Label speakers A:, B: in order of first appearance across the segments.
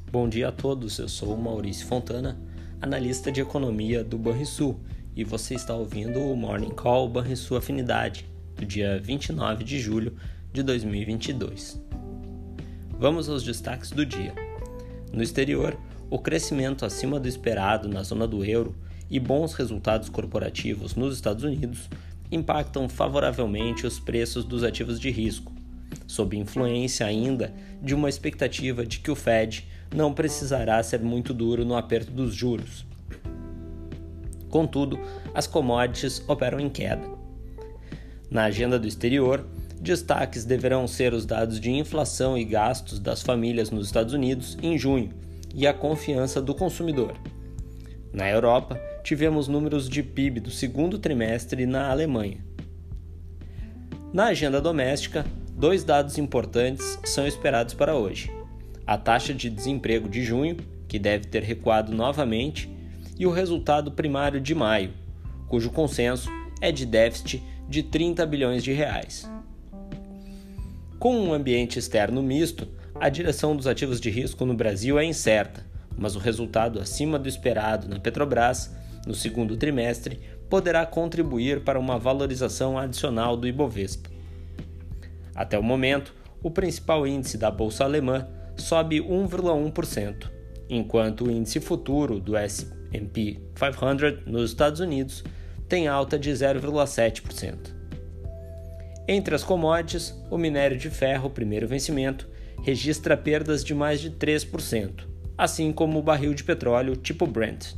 A: Bom dia a todos, eu sou o Maurício Fontana, analista de economia do Banrisul, e você está ouvindo o Morning Call Banrisul Afinidade, do dia 29 de julho de 2022. Vamos aos destaques do dia. No exterior, o crescimento acima do esperado na zona do euro e bons resultados corporativos nos Estados Unidos impactam favoravelmente os preços dos ativos de risco, sob influência ainda de uma expectativa de que o Fed não precisará ser muito duro no aperto dos juros. Contudo, as commodities operam em queda. Na agenda do exterior, destaques deverão ser os dados de inflação e gastos das famílias nos Estados Unidos em junho e a confiança do consumidor. Na Europa, tivemos números de PIB do segundo trimestre na Alemanha. Na agenda doméstica, dois dados importantes são esperados para hoje: a taxa de desemprego de junho, que deve ter recuado novamente, e o resultado primário de maio, cujo consenso é de déficit de 30 bilhões de reais. Com um ambiente externo misto, a direção dos ativos de risco no Brasil é incerta, mas o resultado acima do esperado na Petrobras, no segundo trimestre, poderá contribuir para uma valorização adicional do Ibovespa. Até o momento, o principal índice da Bolsa Alemã sobe 1,1%, enquanto o índice futuro do S&P 500 nos Estados Unidos tem alta de 0,7%. Entre as commodities, o minério de ferro, primeiro vencimento, registra perdas de mais de 3%, assim como o barril de petróleo tipo Brent.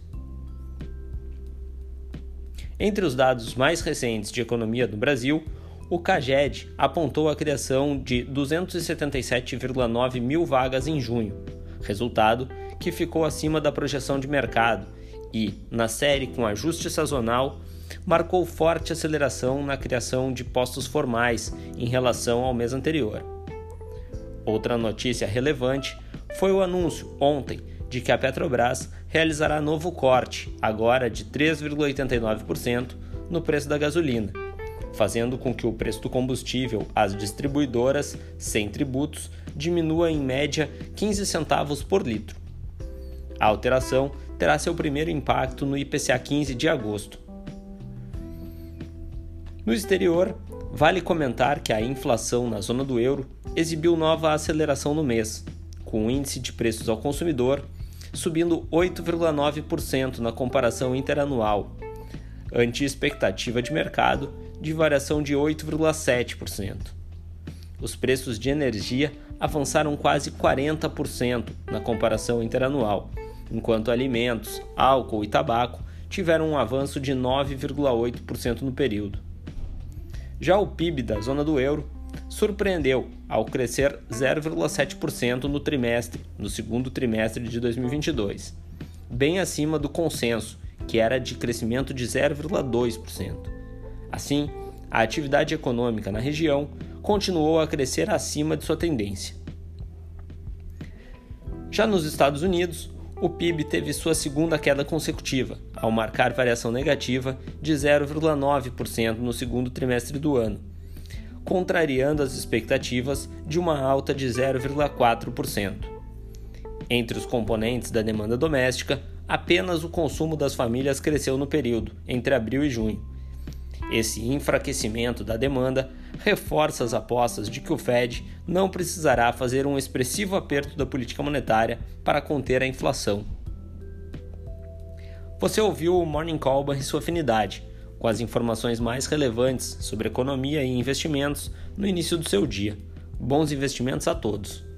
A: Entre os dados mais recentes de economia do Brasil, o CAGED apontou a criação de 277,9 mil vagas em junho, resultado que ficou acima da projeção de mercado e, na série com ajuste sazonal, marcou forte aceleração na criação de postos formais em relação ao mês anterior. Outra notícia relevante foi o anúncio, ontem, de que a Petrobras realizará novo corte, agora de 3,89%, no preço da gasolina, fazendo com que o preço do combustível às distribuidoras, sem tributos, diminua em média 15 centavos por litro. A alteração terá seu primeiro impacto no IPCA 15 de agosto. No exterior, vale comentar que a inflação na zona do euro exibiu nova aceleração no mês, com o índice de preços ao consumidor subindo 8,9% na comparação interanual, ante expectativa de mercado de variação de 8,7%. Os preços de energia avançaram quase 40% na comparação interanual, enquanto alimentos, álcool e tabaco tiveram um avanço de 9,8% no período. Já o PIB da zona do euro surpreendeu ao crescer 0,7% no segundo trimestre de 2022, bem acima do consenso, que era de crescimento de 0,2%. Assim, a atividade econômica na região continuou a crescer acima de sua tendência. Já nos Estados Unidos, o PIB teve sua segunda queda consecutiva, ao marcar variação negativa de 0,9% no segundo trimestre do ano, contrariando as expectativas de uma alta de 0,4%. Entre os componentes da demanda doméstica, apenas o consumo das famílias cresceu no período, entre abril e junho. Esse enfraquecimento da demanda reforça as apostas de que o Fed não precisará fazer um expressivo aperto da política monetária para conter a inflação. Você ouviu o Morning Call e sua afinidade, com as informações mais relevantes sobre economia e investimentos no início do seu dia. Bons investimentos a todos!